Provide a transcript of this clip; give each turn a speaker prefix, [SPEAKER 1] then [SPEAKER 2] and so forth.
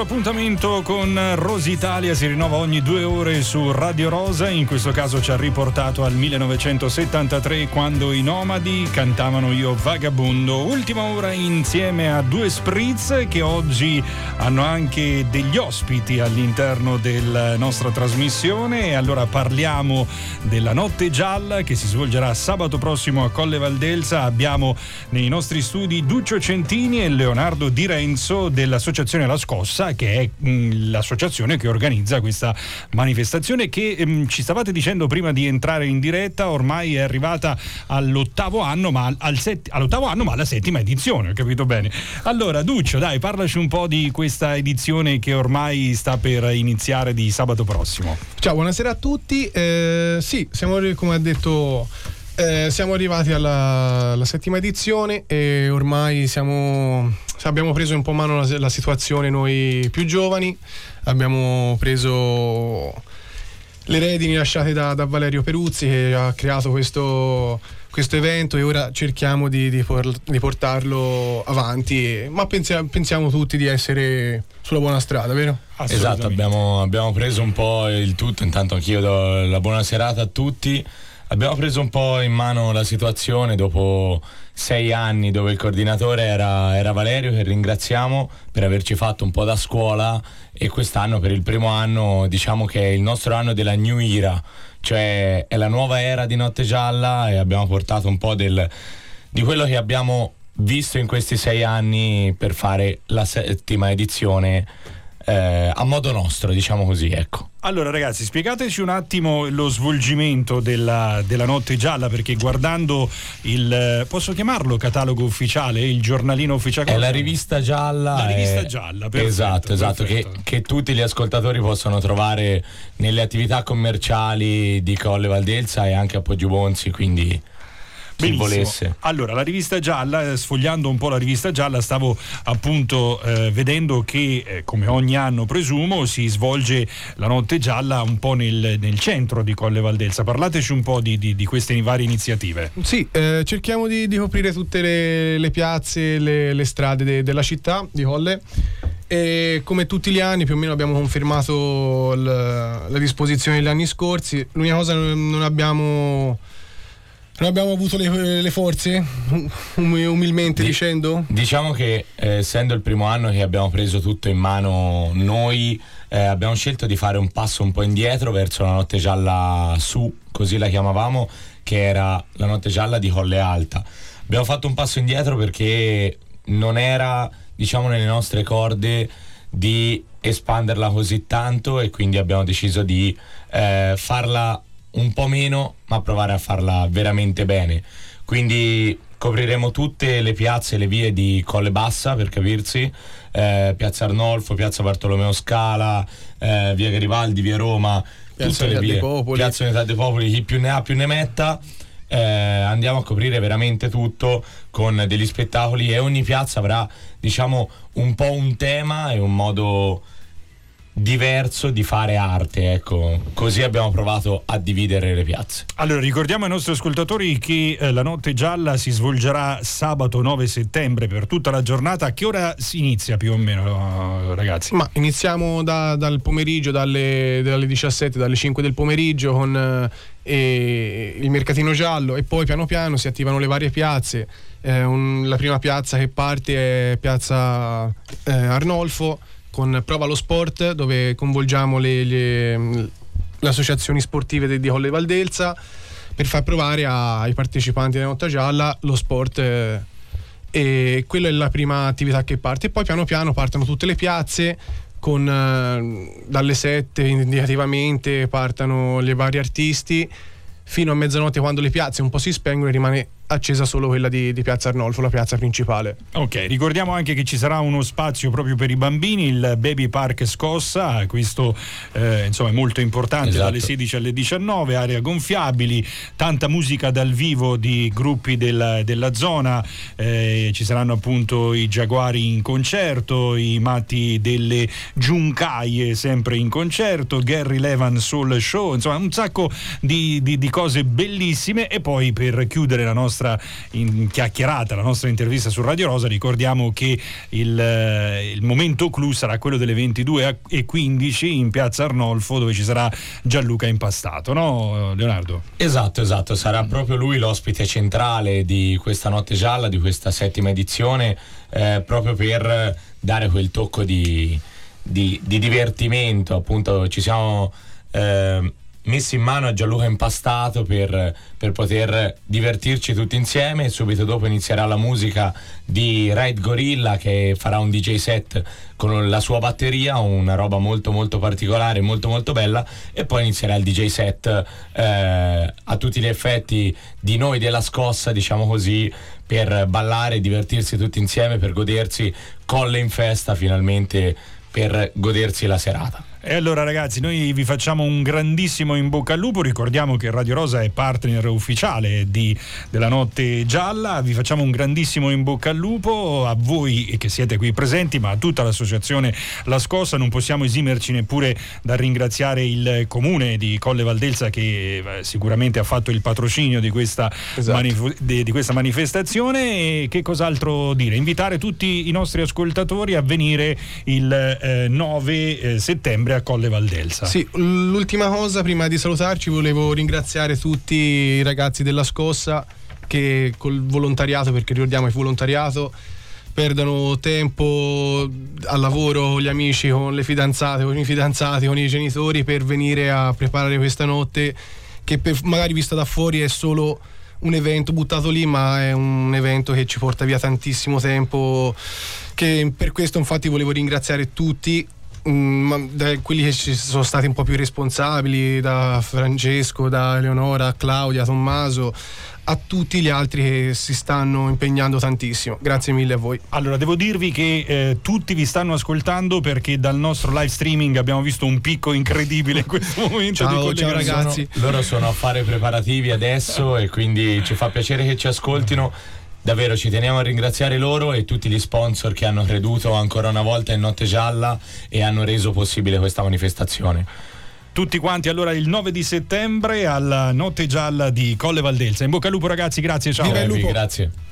[SPEAKER 1] appuntamento con Rositalia si rinnova ogni 2 ore su Radio Rosa. In questo caso ci ha riportato al 1973, quando i Nomadi cantavano Io Vagabondo. Ultima ora insieme a due spritz che oggi hanno anche degli ospiti all'interno della nostra trasmissione. E allora parliamo della Notte Gialla che si svolgerà sabato prossimo a Colle Valdelsa. Abbiamo nei nostri studi Duccio Centini e Leonardo Di Renzo dell'associazione La Scossa, che è l'associazione che organizza questa manifestazione che ci stavate dicendo prima di entrare in diretta ormai è arrivata all'ottavo anno, ma all'ottavo anno, ma alla 7ª edizione, ho capito bene. Allora Duccio, dai, parlaci un po' di questa edizione che ormai sta per iniziare di sabato prossimo.
[SPEAKER 2] Ciao, buonasera a tutti. Sì, siamo, come ha detto, siamo arrivati alla 7ª edizione e ormai abbiamo preso un po' mano la situazione noi più giovani. Abbiamo preso le redini lasciate da Valerio Peruzzi, che ha creato questo evento, e ora cerchiamo di portarlo avanti, ma pensiamo tutti di essere sulla buona strada, vero?
[SPEAKER 3] Esatto, abbiamo preso un po' il tutto. Intanto anch'io do la buona serata a tutti. Abbiamo preso un po' in mano la situazione dopo 6 anni, dove il coordinatore era Valerio, che ringraziamo per averci fatto un po' da scuola, e quest'anno, per il primo anno, diciamo che è il nostro anno della New Era, cioè è la nuova era di Notte Gialla, e abbiamo portato un po' di quello che abbiamo visto in questi 6 anni per fare la 7ª edizione a modo nostro, diciamo così, ecco.
[SPEAKER 1] Allora ragazzi, spiegateci un attimo lo svolgimento della Notte Gialla, perché guardando posso chiamarlo catalogo ufficiale, il giornalino ufficiale?
[SPEAKER 3] È la rivista gialla.
[SPEAKER 1] La rivista gialla, perfetto,
[SPEAKER 3] esatto,
[SPEAKER 1] perfetto.
[SPEAKER 3] Che tutti gli ascoltatori possono trovare nelle attività commerciali di Colle Valdelsa e anche a Poggio Bonzi, quindi chi volesse.
[SPEAKER 1] Allora, la rivista gialla, sfogliando un po' la rivista gialla, stavo appunto vedendo che come ogni anno presumo si svolge la Notte Gialla un po' nel centro di Colle Valdelsa. Parlateci un po' di queste varie iniziative.
[SPEAKER 2] Sì, cerchiamo di coprire tutte le piazze, le strade della città di Colle, e come tutti gli anni più o meno abbiamo confermato la disposizione degli anni scorsi. L'unica cosa, non abbiamo avuto le forze, umilmente dicendo.
[SPEAKER 3] Diciamo che essendo il primo anno che abbiamo preso tutto in mano noi, abbiamo scelto di fare un passo un po' indietro verso la Notte Gialla Su, così la chiamavamo, che era la Notte Gialla di Colle Alta. Abbiamo fatto un passo indietro perché non era, diciamo, nelle nostre corde di espanderla così tanto, e quindi abbiamo deciso di farla un po' meno, ma provare a farla veramente bene. Quindi copriremo tutte le piazze e le vie di Colle Bassa, per capirsi, Piazza Arnolfo, Piazza Bartolomeo Scala, via Garibaldi, via Roma,
[SPEAKER 2] Piazza
[SPEAKER 3] tutte le vie,
[SPEAKER 2] Piazza
[SPEAKER 3] Unità dei Popoli, chi più ne ha più ne metta. Andiamo a coprire veramente tutto con degli spettacoli, e ogni piazza avrà, diciamo, un po' un tema e un modo diverso di fare arte, ecco. Così abbiamo provato a dividere le piazze.
[SPEAKER 1] Allora, ricordiamo ai nostri ascoltatori che la Notte Gialla si svolgerà sabato 9 settembre per tutta la giornata. A che ora si inizia più o meno, ragazzi?
[SPEAKER 2] Ma iniziamo dal pomeriggio, dalle 17, dalle 5 del pomeriggio, con il mercatino giallo, e poi piano piano si attivano le varie piazze. La prima piazza che parte è Piazza Arnolfo, con Prova lo Sport, dove coinvolgiamo le associazioni sportive di Colle Valdelsa per far provare ai partecipanti della Notte Gialla lo sport, e quella è la prima attività che parte. E poi piano piano partono tutte le piazze, con dalle 7 indicativamente partano le vari artisti fino a mezzanotte, quando le piazze un po' si spengono e rimane accesa solo quella di Piazza Arnolfo, la piazza principale.
[SPEAKER 1] Ok, ricordiamo anche che ci sarà uno spazio proprio per i bambini, il Baby Park Scossa, questo insomma è molto importante, esatto. Dalle 16 alle 19, area gonfiabili, tanta musica dal vivo di gruppi della zona, ci saranno appunto i Giaguari in concerto, i Matti delle Giuncaie sempre in concerto, Gary Levan Soul Show, insomma un sacco di cose bellissime. E poi per chiudere la nostra nostra chiacchierata, la nostra intervista su Radio Rosa, ricordiamo che il momento clou sarà quello delle 22:15 in piazza Arnolfo, dove ci sarà Gianluca Impastato, no Leonardo?
[SPEAKER 3] Esatto, sarà proprio lui l'ospite centrale di questa Notte Gialla, di questa 7ª edizione, proprio per dare quel tocco di divertimento. Appunto ci siamo messi in mano a Gianluca Impastato per poter divertirci tutti insieme. Subito dopo inizierà la musica di Ride Gorilla, che farà un DJ set con la sua batteria, una roba molto molto particolare, molto molto bella, e poi inizierà il DJ set a tutti gli effetti di noi della Scossa, diciamo così, per ballare e divertirsi tutti insieme, per godersi Colle in festa finalmente, per godersi la serata.
[SPEAKER 1] E allora ragazzi, noi vi facciamo un grandissimo in bocca al lupo. Ricordiamo che Radio Rosa è partner ufficiale della Notte Gialla. Vi facciamo un grandissimo in bocca al lupo a voi che siete qui presenti, ma a tutta l'associazione La Scossa. Non possiamo esimerci neppure dal ringraziare il comune di Colle Valdelsa, che sicuramente ha fatto il patrocinio di questa, di questa manifestazione. E che cos'altro dire? Invitare tutti i nostri ascoltatori a venire il 9 settembre a Colle Valdelsa.
[SPEAKER 2] Sì, l'ultima cosa prima di salutarci, volevo ringraziare tutti i ragazzi della Scossa che col volontariato, perché ricordiamo il volontariato, perdono tempo al lavoro con gli amici, con le fidanzate, con i fidanzati, con i genitori, per venire a preparare questa notte che magari vista da fuori è solo un evento buttato lì, ma è un evento che ci porta via tantissimo tempo, che per questo infatti volevo ringraziare tutti, da quelli che ci sono stati un po' più responsabili, da Francesco, da Eleonora, Claudia, Tommaso, a tutti gli altri che si stanno impegnando tantissimo. Grazie mille a voi.
[SPEAKER 1] Allora, devo dirvi che tutti vi stanno ascoltando, perché dal nostro live streaming abbiamo visto un picco incredibile in questo momento.
[SPEAKER 2] Ciao ragazzi.
[SPEAKER 3] Loro sono a fare preparativi adesso e quindi ci fa piacere che ci ascoltino. Davvero ci teniamo a ringraziare loro e tutti gli sponsor che hanno creduto ancora una volta in Notte Gialla e hanno reso possibile questa manifestazione.
[SPEAKER 1] Tutti quanti allora il 9 di settembre alla Notte Gialla di Colle Valdelsa. In bocca al lupo ragazzi, grazie, ciao.
[SPEAKER 2] Viva il lupo.
[SPEAKER 3] Grazie.